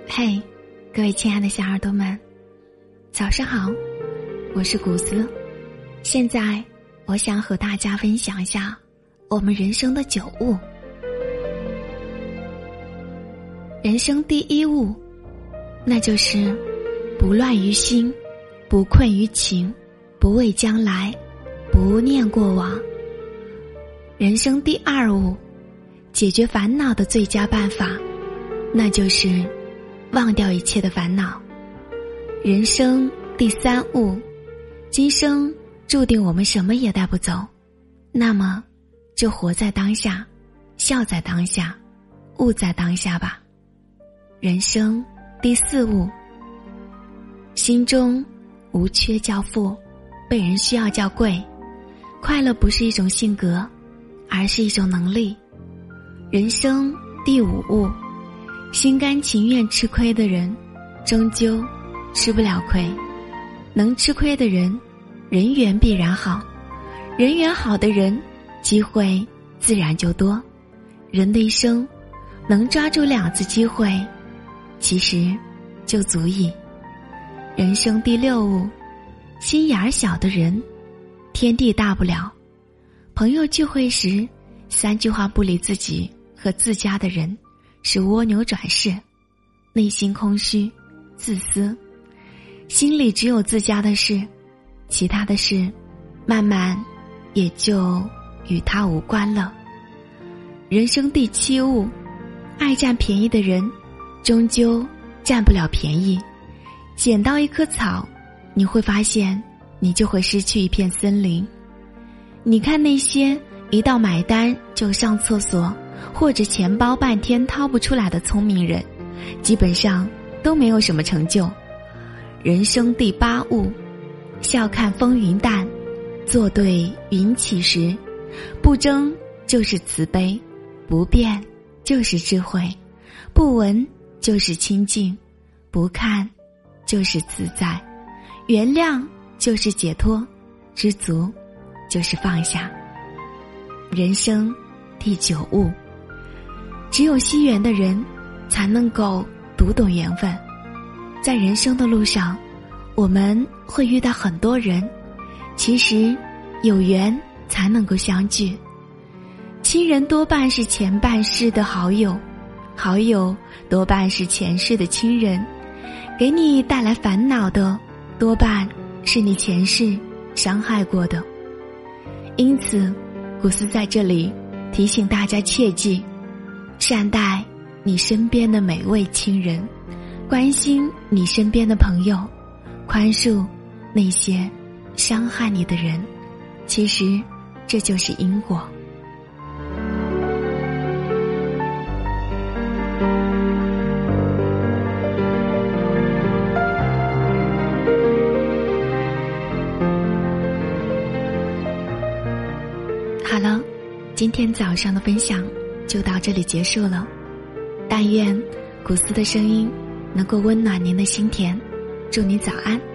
嘿，各位亲爱的小耳朵们，早上好，我是古斯。现在我想和大家分享一下我们人生的9悟。人生第1悟，那就是不乱于心，不困于情，不畏将来，不念过往。人生第2悟，解决烦恼的最佳办法，那就是忘掉一切的烦恼。人生第3悟，今生注定我们什么也带不走，那么就活在当下，笑在当下，悟在当下吧。人生第4悟，心中无缺叫富，被人需要叫贵。快乐不是一种性格，而是一种能力。人生第5悟，心甘情愿吃亏的人，终究吃不了亏。能吃亏的人，人缘必然好，人缘好的人，机会自然就多。人的一生能抓住2次机会，其实就足矣。人生第6悟，心眼儿小的人，天地大不了。朋友聚会时3句话不理自己和自家的人，是蜗牛转世，内心空虚自私，心里只有自家的事，其他的事慢慢也就与他无关了。人生第7悟，爱占便宜的人终究占不了便宜。捡到一棵草，你会发现你就会失去一片森林。你看那些一到买单就上厕所，或者钱包半天掏不出来的聪明人，基本上都没有什么成就。人生第8悟，笑看风云淡，坐对云起时。不争就是慈悲，不变就是智慧，不闻就是清净，不看就是自在，原谅就是解脱，知足就是放下。人生第9悟，只有惜缘的人才能够读懂缘分。在人生的路上，我们会遇到很多人，其实有缘才能够相聚。亲人多半是前半世的好友，好友多半是前世的亲人，给你带来烦恼的多半是你前世伤害过的。因此古斯在这里提醒大家切记，善待你身边的每位亲人，关心你身边的朋友，宽恕那些伤害你的人。其实这就是因果。好了，今天早上的分享就到这里结束了。但愿古斯的声音能够温暖您的心田，祝你早安。